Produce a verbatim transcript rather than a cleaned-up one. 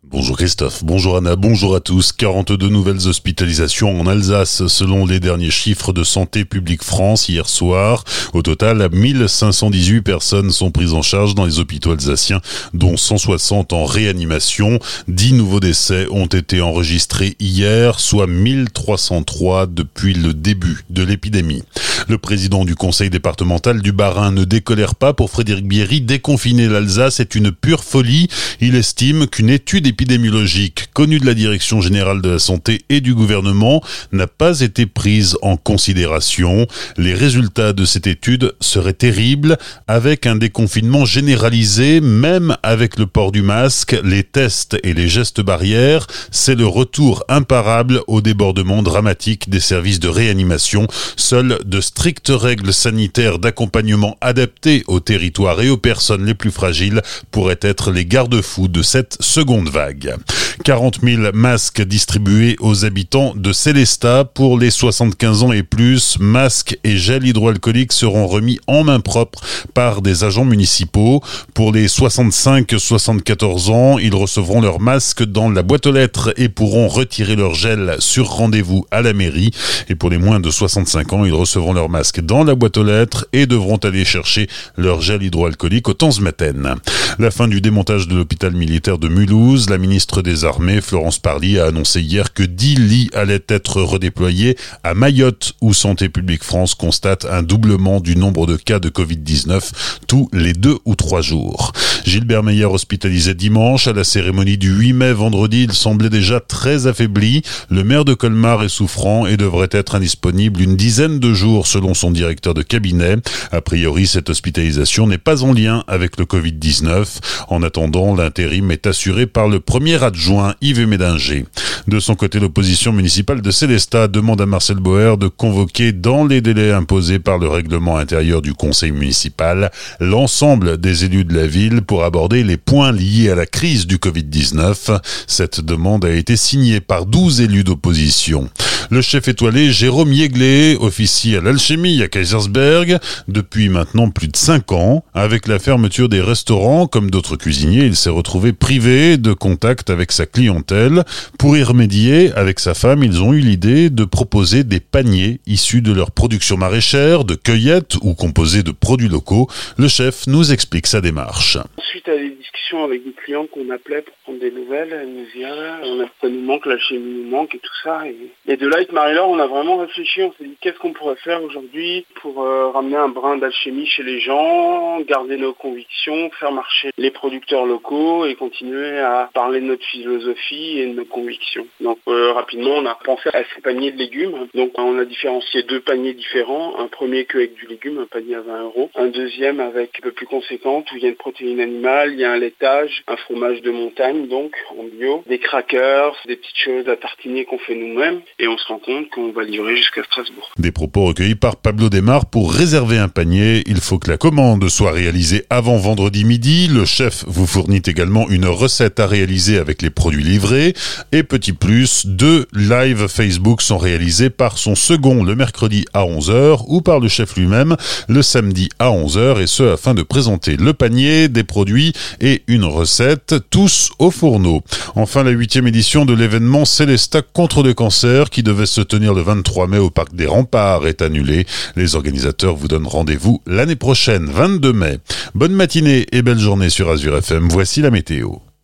Bonjour Christophe, bonjour Anna, bonjour à tous. quarante-deux nouvelles hospitalisations en Alsace selon les derniers chiffres de Santé publique France hier soir. Au total, mille cinq cent dix-huit personnes sont prises en charge dans les hôpitaux alsaciens, dont cent soixante en réanimation. dix nouveaux décès ont été enregistrés hier, soit mille trois cent trois depuis le début de l'épidémie. Le président du conseil départemental du Bas-Rhin ne décolère pas pour Frédéric Bierry. Déconfiner l'Alsace est une pure folie. Il estime qu'une étude épidémiologique connue de la Direction générale de la santé et du gouvernement n'a pas été prise en considération. Les résultats de cette étude seraient terribles, avec un déconfinement généralisé, même avec le port du masque, les tests et les gestes barrières. C'est le retour imparable au débordement dramatique des services de réanimation. Seules de strictes règles sanitaires d'accompagnement adaptées au territoire et aux personnes les plus fragiles pourraient être les garde-fous de cette seconde vague. quarante mille masques distribués aux habitants de Sélestat pour les soixante-quinze ans et plus. Masques et gel hydroalcoolique seront remis en main propre par des agents municipaux. Pour les soixante-cinq à soixante-quatorze ans, ils recevront leur masque dans la boîte aux lettres et pourront retirer leur gel sur rendez-vous à la mairie. Et pour les moins de soixante-cinq ans, ils recevront leur masque dans la boîte aux lettres et devront aller chercher leur gel hydroalcoolique au Temps-Maten. La fin du démontage de l'hôpital militaire de Mulhouse. La ministre des Armées, Florence Parly, a annoncé hier que dix lits allaient être redéployés à Mayotte, où Santé publique France constate un doublement du nombre de cas de covid dix-neuf tous les deux ou trois jours. Gilbert Meyer hospitalisé dimanche à la cérémonie du huit mai vendredi. Il semblait déjà très affaibli. Le maire de Colmar est souffrant et devrait être indisponible une dizaine de jours selon son directeur de cabinet. A priori, cette hospitalisation n'est pas en lien avec le covid dix-neuf. En attendant, l'intérim est assuré par le premier adjoint Yves Médinger. De son côté, l'opposition municipale de Sélestat demande à Marcel Boer de convoquer dans les délais imposés par le règlement intérieur du conseil municipal l'ensemble des élus de la ville pour aborder les points liés à la crise du covid dix-neuf. Cette demande a été signée par douze élus d'opposition. Le chef étoilé Jérôme Yeglet officie à l'Alchimie à Kaysersberg depuis maintenant plus de cinq ans. Avec la fermeture des restaurants, comme d'autres cuisiniers, il s'est retrouvé privé de contact avec sa clientèle. Pour y remédier, avec sa femme, ils ont eu l'idée de proposer des paniers issus de leur production maraîchère, de cueillettes ou composés de produits locaux. Le chef nous explique sa démarche. Suite à des discussions avec des clients qu'on appelait pour prendre des nouvelles, elle nous dit ah, on a, ça nous manque, l'alchimie nous manque et tout ça. Et, et de là, avec Marie-Laure, on a vraiment réfléchi, on s'est dit qu'est-ce qu'on pourrait faire aujourd'hui pour euh, ramener un brin d'alchimie chez les gens, garder nos convictions, faire marcher les producteurs locaux et continuer à parler de notre philosophie et de nos convictions. Donc euh, rapidement, on a pensé à ces paniers de légumes. Donc on a différencié deux paniers différents. Un premier que avec du légume, un panier à vingt euros. Un deuxième avec un peu plus conséquente où il y a une protéine animale, il y a un laitage, un fromage de montagne donc en bio, des crackers, des petites choses à tartiner qu'on fait nous-mêmes et on se rend compte qu'on va livrer jusqu'à Strasbourg. Des propos recueillis par Pablo Desmar. Pour réserver un panier, il faut que la commande soit réalisée avant vendredi midi. Le chef vous fournit également une recette à réaliser avec les produits livrés. Et petit plus, deux lives Facebook sont réalisés par son second le mercredi à onze heures ou par le chef lui-même le samedi à onze heures, et ce afin de présenter le panier, des produits et une recette, tous au fourneau. Enfin, la huitième édition de l'événement Sélestat contre le cancer qui devait se tenir le vingt-trois mai au Parc des Remparts est annulée. Les organisateurs vous donnent rendez-vous l'année prochaine, vingt-deux mai. Bonne matinée et belle journée sur Azure F M. Voici la météo.